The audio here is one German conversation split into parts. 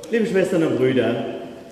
Liebe Schwestern und Brüder,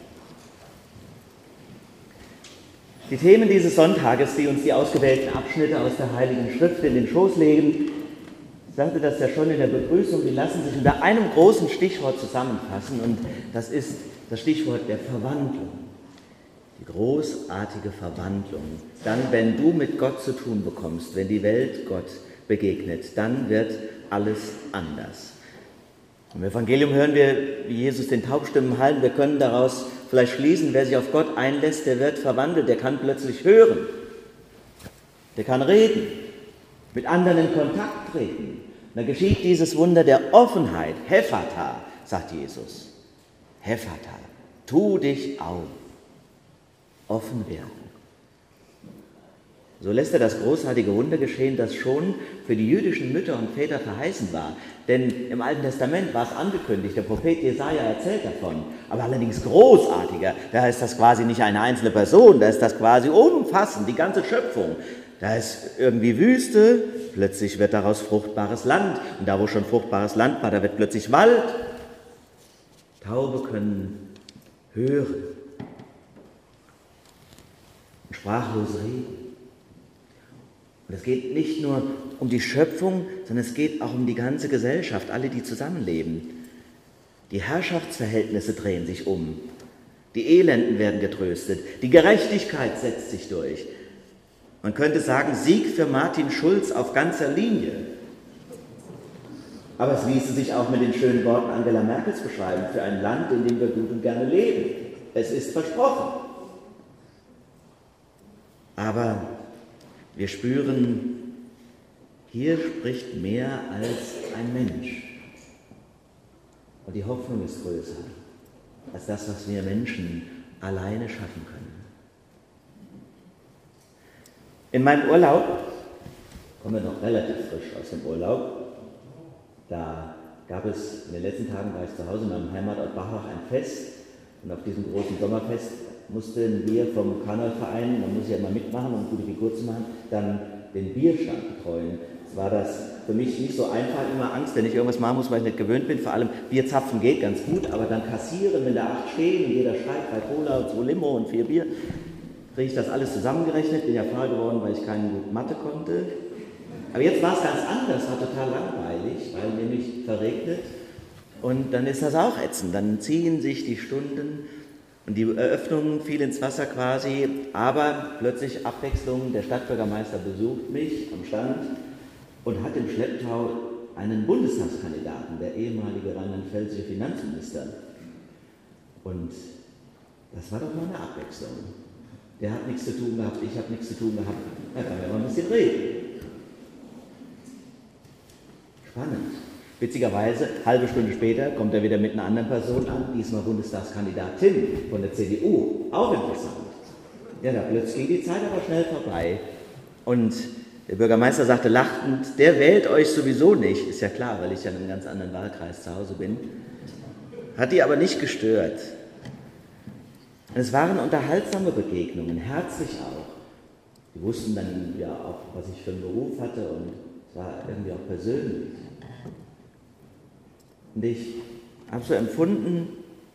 die Themen dieses Sonntages, die uns die ausgewählten Abschnitte aus der Heiligen Schrift in den Schoß legen, ich sagte das ja schon in der Begrüßung, die lassen sich unter einem großen Stichwort zusammenfassen, und das ist das Stichwort der Verwandlung. Die großartige Verwandlung. Dann, wenn du mit Gott zu tun bekommst, wenn die Welt Gott begegnet, dann wird alles anders. Im Evangelium hören wir, wie Jesus den Taubstimmen halten. Wir können daraus vielleicht schließen, wer sich auf Gott einlässt, der wird verwandelt, der kann plötzlich hören, der kann reden, mit anderen in Kontakt treten. Und dann geschieht dieses Wunder der Offenheit. Hephata, sagt Jesus. Hephata, tu dich auf. Offen werden. So lässt er das großartige Wunder geschehen, das schon für die jüdischen Mütter und Väter verheißen war. Denn im Alten Testament war es angekündigt, der Prophet Jesaja erzählt davon, aber allerdings großartiger. Da ist das quasi nicht eine einzelne Person, da ist das quasi umfassend, die ganze Schöpfung. Da ist irgendwie Wüste, plötzlich wird daraus fruchtbares Land. Und da, wo schon fruchtbares Land war, da wird plötzlich Wald. Taube können hören. Sprachlos reden. Und es geht nicht nur um die Schöpfung, sondern es geht auch um die ganze Gesellschaft, alle, die zusammenleben. Die Herrschaftsverhältnisse drehen sich um. Die Elenden werden getröstet. Die Gerechtigkeit setzt sich durch. Man könnte sagen, Sieg für Martin Schulz auf ganzer Linie. Aber es ließe sich auch mit den schönen Worten Angela Merkels beschreiben, für ein Land, in dem wir gut und gerne leben. Es ist versprochen. Aber wir spüren, hier spricht mehr als ein Mensch. Und die Hoffnung ist größer als das, was wir Menschen alleine schaffen können. In meinem Urlaub, kommen wir noch relativ frisch aus dem Urlaub, da gab es in den letzten Tagen, war ich zu Hause in meinem Heimatort Bachach, ein Fest. Und auf diesem großen Sommerfest mussten wir vom Karnevalverein, man muss ja immer mitmachen, um gute Figur zu machen, dann den Bierstand betreuen. Es war das für mich nicht so einfach, immer Angst, wenn ich irgendwas machen muss, weil ich nicht gewöhnt bin. Vor allem Bierzapfen geht ganz gut, aber dann kassieren, wenn da 8 stehen und jeder schreit, 3 Cola und 2 Limo und 4 Bier, kriege ich das alles zusammengerechnet, bin ja faul geworden, weil ich keine gute Mathe konnte. Aber jetzt war es ganz anders, war total langweilig, weil nämlich verregnet. Und dann ist das auch ätzend, dann ziehen sich die Stunden und die Eröffnung fiel ins Wasser quasi, aber plötzlich Abwechslung, der Stadtbürgermeister besucht mich am Stand und hat im Schlepptau einen Bundestagskandidaten, der ehemalige rheinland-pfälzische Finanzminister. Und das war doch mal eine Abwechslung. Der hat nichts zu tun gehabt, ich habe nichts zu tun gehabt, da kann man mal ein bisschen reden. Spannend. Witzigerweise, halbe Stunde später kommt er wieder mit einer anderen Person an, diesmal Bundestagskandidatin von der CDU. Auch interessant. Ja, da plötzlich ging die Zeit aber schnell vorbei. Und der Bürgermeister sagte lachend, der wählt euch sowieso nicht. Ist ja klar, weil ich ja in einem ganz anderen Wahlkreis zu Hause bin. Hat die aber nicht gestört. Und es waren unterhaltsame Begegnungen, herzlich auch. Die wussten dann ja auch, was ich für einen Beruf hatte, und es war irgendwie auch persönlich. Und ich habe so empfunden,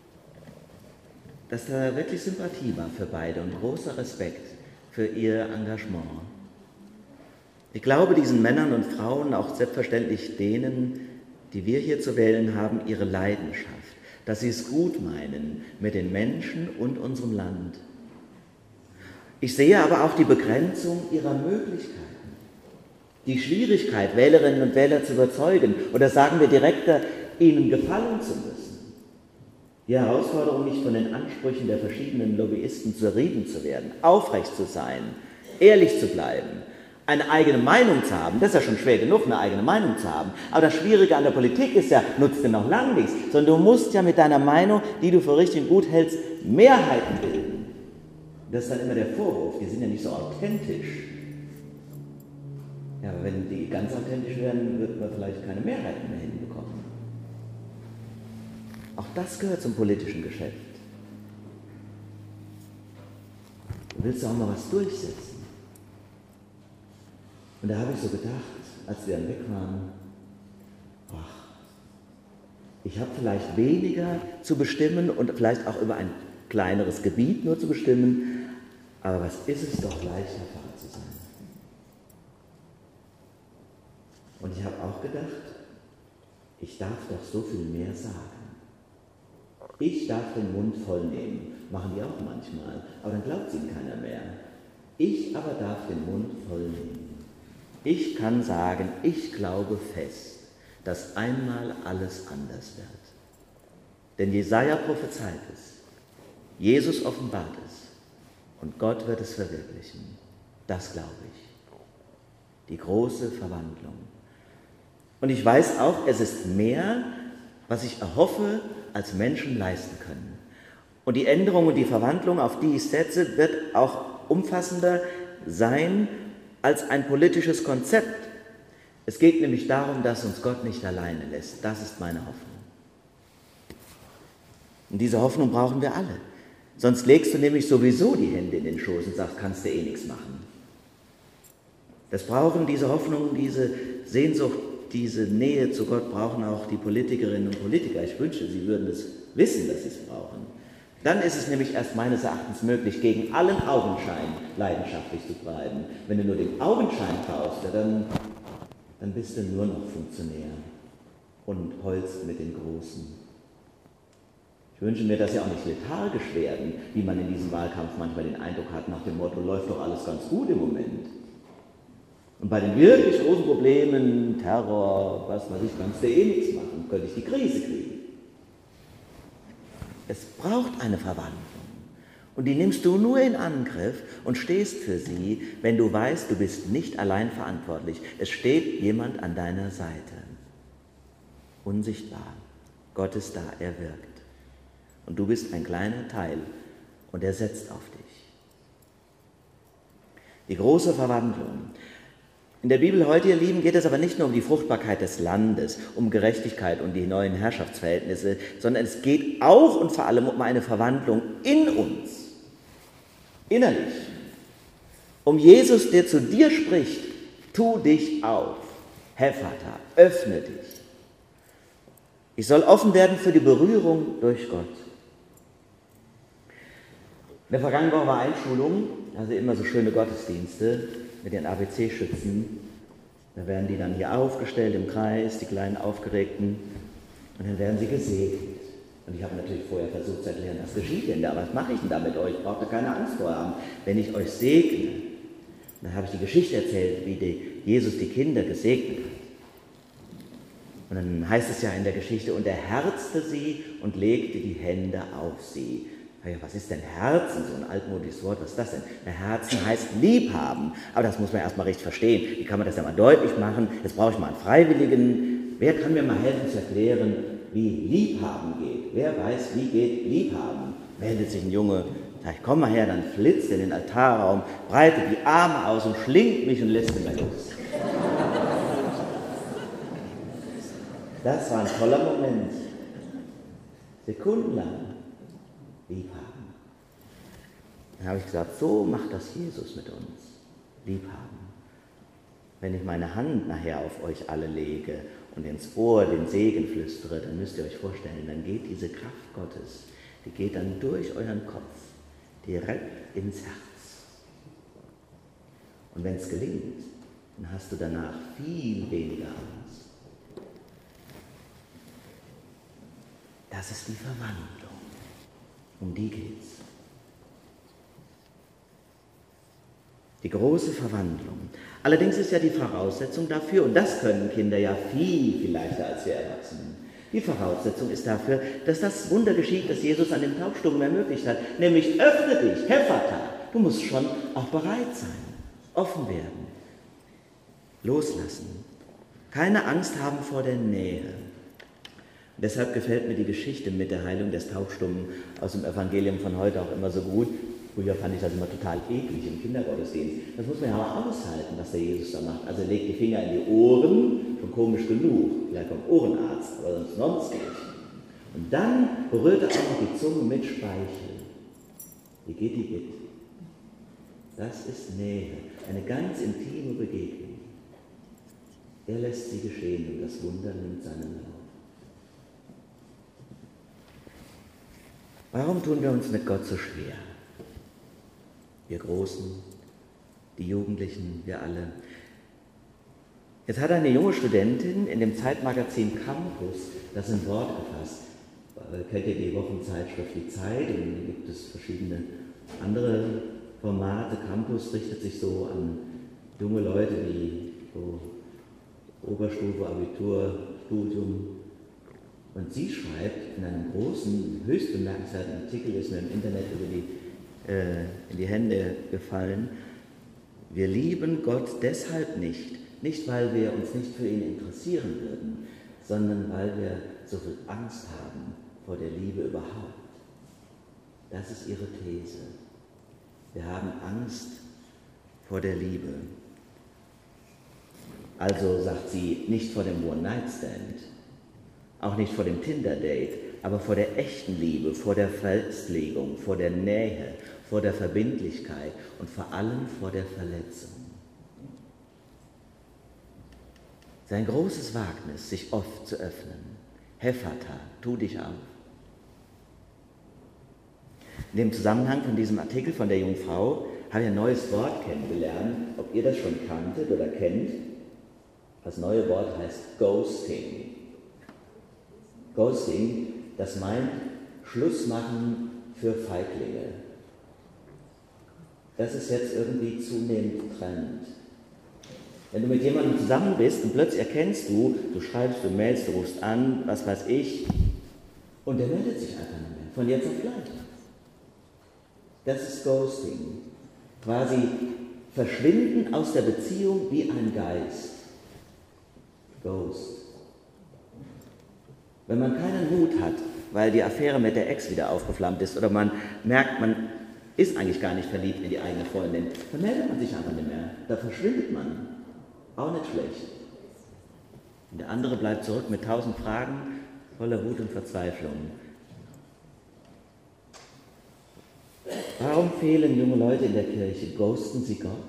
dass da wirklich Sympathie war für beide und großer Respekt für ihr Engagement. Ich glaube, diesen Männern und Frauen, auch selbstverständlich denen, die wir hier zu wählen haben, ihre Leidenschaft, dass sie es gut meinen mit den Menschen und unserem Land. Ich sehe aber auch die Begrenzung ihrer Möglichkeiten. Die Schwierigkeit, Wählerinnen und Wähler zu überzeugen, oder sagen wir direkter, ihnen gefallen zu müssen. Die Herausforderung, nicht von den Ansprüchen der verschiedenen Lobbyisten zerrieben zu werden, aufrecht zu sein, ehrlich zu bleiben, eine eigene Meinung zu haben. Das ist ja schon schwer genug, eine eigene Meinung zu haben. Aber das Schwierige an der Politik ist ja, nutzt dir noch lange nichts, sondern du musst ja mit deiner Meinung, die du für richtig und gut hältst, Mehrheiten bilden. Das ist dann immer der Vorwurf, die sind ja nicht so authentisch. Ja, aber wenn die ganz authentisch werden, wird man vielleicht keine Mehrheiten mehr hinbekommen. Auch das gehört zum politischen Geschäft. Du willst auch mal was durchsetzen. Und da habe ich so gedacht, als wir dann weg waren, ach, Ich habe vielleicht weniger zu bestimmen und vielleicht auch über ein kleineres Gebiet nur zu bestimmen, aber was ist es doch leichter, Pfarrer zu sein. Und ich habe auch gedacht, ich darf doch so viel mehr sagen. Ich darf den Mund voll nehmen, machen die auch manchmal, aber dann glaubt es ihnen keiner mehr. Ich aber darf den Mund voll nehmen. Ich kann sagen, ich glaube fest, dass einmal alles anders wird. Denn Jesaja prophezeit es, Jesus offenbart es und Gott wird es verwirklichen. Das glaube ich. Die große Verwandlung. Und ich weiß auch, es ist mehr, was ich erhoffe, als Menschen leisten können. Und die Änderung und die Verwandlung, auf die ich setze, wird auch umfassender sein als ein politisches Konzept. Es geht nämlich darum, dass uns Gott nicht alleine lässt. Das ist meine Hoffnung. Und diese Hoffnung brauchen wir alle. Sonst legst du nämlich sowieso die Hände in den Schoß und sagst, kannst du eh nichts machen. Das brauchen diese Hoffnung, diese Sehnsucht, diese Nähe zu Gott brauchen auch die Politikerinnen und Politiker. Ich wünsche, sie würden es wissen, dass sie es brauchen. Dann ist es nämlich erst meines Erachtens möglich, gegen allen Augenschein leidenschaftlich zu bleiben. Wenn du nur den Augenschein brauchst, dann bist du nur noch Funktionär und heulst mit den Großen. Ich wünsche mir, dass sie auch nicht lethargisch werden, wie man in diesem Wahlkampf manchmal den Eindruck hat, nach dem Motto, läuft doch alles ganz gut im Moment. Und bei den wirklich großen Problemen, Terror, was weiß ich, kannst du eh nichts machen, könnte ich die Krise kriegen. Es braucht eine Verwandlung. Und die nimmst du nur in Angriff und stehst für sie, wenn du weißt, du bist nicht allein verantwortlich. Es steht jemand an deiner Seite. Unsichtbar. Gott ist da, er wirkt. Und du bist ein kleiner Teil und er setzt auf dich. Die große Verwandlung. In der Bibel heute, ihr Lieben, geht es aber nicht nur um die Fruchtbarkeit des Landes, um Gerechtigkeit und die neuen Herrschaftsverhältnisse, sondern es geht auch und vor allem um eine Verwandlung in uns, innerlich. Um Jesus, der zu dir spricht, tu dich auf, Hephata, öffne dich. Ich soll offen werden für die Berührung durch Gott. In der vergangenen Woche war Einschulung, also immer so schöne Gottesdienste mit den ABC-Schützen. Da werden die dann hier aufgestellt im Kreis, die kleinen Aufgeregten, und dann werden sie gesegnet. Und ich habe natürlich vorher versucht zu erklären, was geschieht denn da, was mache ich denn da mit euch, braucht ihr keine Angst vor haben, wenn ich euch segne. Und dann habe ich die Geschichte erzählt, wie Jesus die Kinder gesegnet hat. Und dann heißt es ja in der Geschichte, und er herzte sie und legte die Hände auf sie. Ja, was ist denn Herzen? So ein altmodisches Wort, was ist das denn? Herzen heißt liebhaben. Aber das muss man erstmal richtig verstehen. Wie kann man das ja mal deutlich machen? Jetzt brauche ich mal einen Freiwilligen. Wer kann mir mal helfen zu erklären, wie Liebhaben geht? Wer weiß, wie geht Liebhaben? Meldet sich ein Junge, sagt, komm mal her, dann flitzt er in den Altarraum, breitet die Arme aus und schlingt mich und lässt ihn mal los. Das war ein toller Moment. Sekundenlang. Liebhaben. Dann habe ich gesagt, so macht das Jesus mit uns. Liebhaben. Wenn ich meine Hand nachher auf euch alle lege und ins Ohr den Segen flüstere, dann müsst ihr euch vorstellen, dann geht diese Kraft Gottes, die geht dann durch euren Kopf, direkt ins Herz. Und wenn es gelingt, dann hast du danach viel weniger Angst. Das ist die Verwandlung. Um die geht's. Die große Verwandlung. Allerdings ist ja die Voraussetzung dafür, und das können Kinder ja viel leichter als wir Erwachsenen, die Voraussetzung ist dafür, dass das Wunder geschieht, das Jesus an dem Taubstummen ermöglicht hat, nämlich öffne dich, Hephata. Du musst schon auch bereit sein, offen werden, loslassen, keine Angst haben vor der Nähe. Deshalb gefällt mir die Geschichte mit der Heilung des Taubstummen aus dem Evangelium von heute auch immer so gut. Früher fand ich das immer total eklig im Kindergottesdienst. Das muss man ja auch aushalten, was der Jesus da macht. Also er legt die Finger in die Ohren, schon komisch genug, vielleicht vom Ohrenarzt, aber sonst nicht. Und dann berührt er auch noch die Zunge mit Speichel. Wie geht die Bitte? Das ist Nähe, eine ganz intime Begegnung. Er lässt sie geschehen und das Wunder nimmt seinen Lauf. Warum tun wir uns mit Gott so schwer? Wir Großen, die Jugendlichen, wir alle. Jetzt hat eine junge Studentin in dem Zeitmagazin Campus das in Wort gefasst. Kennt ihr die Wochenzeitschrift Die Zeit? Und dann gibt es verschiedene andere Formate. Campus richtet sich so an junge Leute, die so Oberstufe, Abitur, Studium. Und sie schreibt in einem großen, höchst bemerkenswerten Artikel, ist mir im Internet in die Hände gefallen: Wir lieben Gott deshalb nicht, weil wir uns nicht für ihn interessieren würden, sondern weil wir so viel Angst haben vor der Liebe überhaupt. Das ist ihre These. Wir haben Angst vor der Liebe. Also, sagt sie, nicht vor dem One-Night-Stand, auch nicht vor dem Tinder-Date, aber vor der echten Liebe, vor der Festlegung, vor der Nähe, vor der Verbindlichkeit und vor allem vor der Verletzung. Es ist ein großes Wagnis, sich oft zu öffnen. Hephata, tu dich auf. In dem Zusammenhang von diesem Artikel von der jungen Frau habe ich ein neues Wort kennengelernt. Ob ihr das schon kanntet oder kennt? Das neue Wort heißt Ghosting. Ghosting, das meint Schluss machen für Feiglinge. Das ist jetzt irgendwie zunehmend Trend. Wenn du mit jemandem zusammen bist und plötzlich erkennst du schreibst, du mailst, du rufst an, was weiß ich, und der meldet sich einfach nicht mehr, von jetzt auf gleich. Das ist Ghosting. Quasi verschwinden aus der Beziehung wie ein Geist. Ghost. Wenn man keinen Mut hat, weil die Affäre mit der Ex wieder aufgeflammt ist oder man merkt, man ist eigentlich gar nicht verliebt in die eigene Freundin, dann meldet man sich einfach nicht mehr. Da verschwindet man. Auch nicht schlecht. Und der andere bleibt zurück mit 1000 Fragen, voller Wut und Verzweiflung. Warum fehlen junge Leute in der Kirche? Ghosten sie Gott?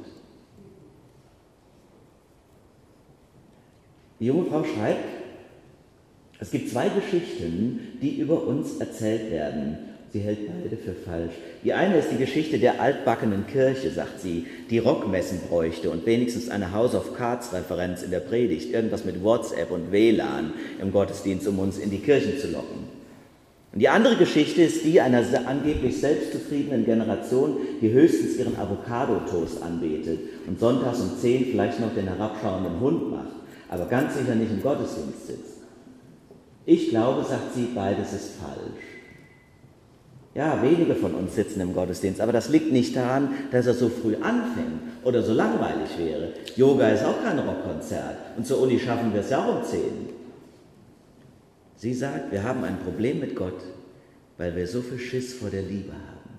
Die junge Frau schreibt, es gibt 2 Geschichten, die über uns erzählt werden. Sie hält beide für falsch. Die eine ist die Geschichte der altbackenen Kirche, sagt sie, die Rockmessen bräuchte und wenigstens eine House-of-Cards-Referenz in der Predigt, irgendwas mit WhatsApp und WLAN im Gottesdienst, um uns in die Kirchen zu locken. Und die andere Geschichte ist die einer angeblich selbstzufriedenen Generation, die höchstens ihren Avocado-Toast anbetet und sonntags um 10 vielleicht noch den herabschauenden Hund macht, aber ganz sicher nicht im Gottesdienst sitzt. Ich glaube, sagt sie, beides ist falsch. Ja, wenige von uns sitzen im Gottesdienst, aber das liegt nicht daran, dass er so früh anfängt oder so langweilig wäre. Yoga ist auch kein Rockkonzert und zur Uni schaffen wir es ja auch um 10. Sie sagt, wir haben ein Problem mit Gott, weil wir so viel Schiss vor der Liebe haben.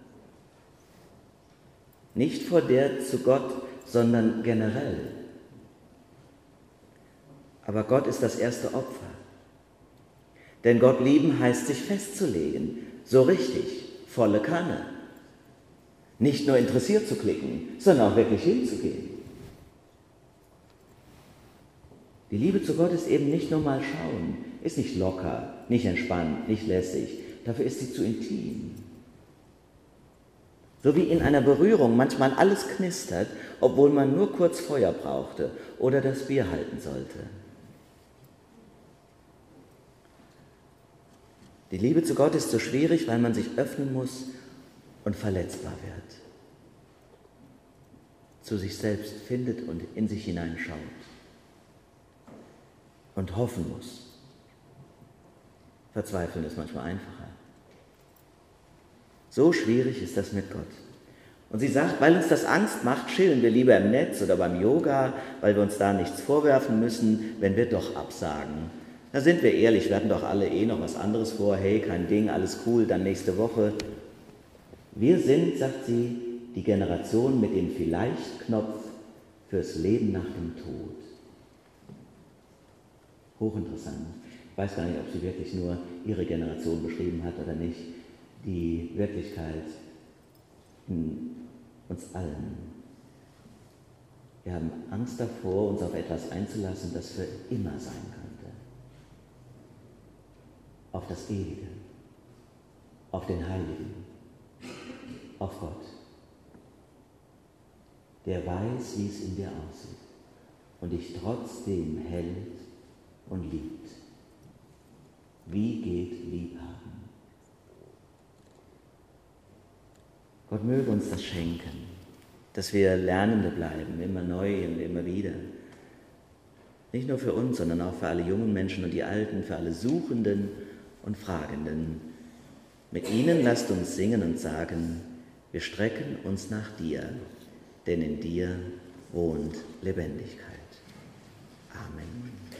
Nicht vor der zu Gott, sondern generell. Aber Gott ist das erste Opfer. Denn Gott lieben heißt, sich festzulegen, so richtig, volle Kanne. Nicht nur interessiert zu klicken, sondern auch wirklich hinzugehen. Die Liebe zu Gott ist eben nicht nur mal schauen, ist nicht locker, nicht entspannt, nicht lässig. Dafür ist sie zu intim. So wie in einer Berührung manchmal alles knistert, obwohl man nur kurz Feuer brauchte oder das Bier halten sollte. Die Liebe zu Gott ist so schwierig, weil man sich öffnen muss und verletzbar wird. Zu sich selbst findet und in sich hineinschaut. Und hoffen muss. Verzweifeln ist manchmal einfacher. So schwierig ist das mit Gott. Und sie sagt, weil uns das Angst macht, chillen wir lieber im Netz oder beim Yoga, weil wir uns da nichts vorwerfen müssen, wenn wir doch absagen. Da sind wir ehrlich, wir hatten doch alle noch was anderes vor. Hey, kein Ding, alles cool, dann nächste Woche. Wir sind, sagt sie, die Generation mit dem Vielleicht-Knopf fürs Leben nach dem Tod. Hochinteressant. Ich weiß gar nicht, ob sie wirklich nur ihre Generation beschrieben hat oder nicht. Die Wirklichkeit in uns allen. Wir haben Angst davor, uns auf etwas einzulassen, das für immer sein könnte. Auf das Ewige. auf den Heiligen, auf Gott, der weiß, wie es in dir aussieht und dich trotzdem hält und liebt. Wie geht Liebhaben? Gott möge uns das schenken, dass wir Lernende bleiben, immer neu und immer wieder. Nicht nur für uns, sondern auch für alle jungen Menschen und die Alten, für alle Suchenden und Fragenden. Mit ihnen lasst uns singen und sagen, wir strecken uns nach dir, denn in dir wohnt Lebendigkeit. Amen.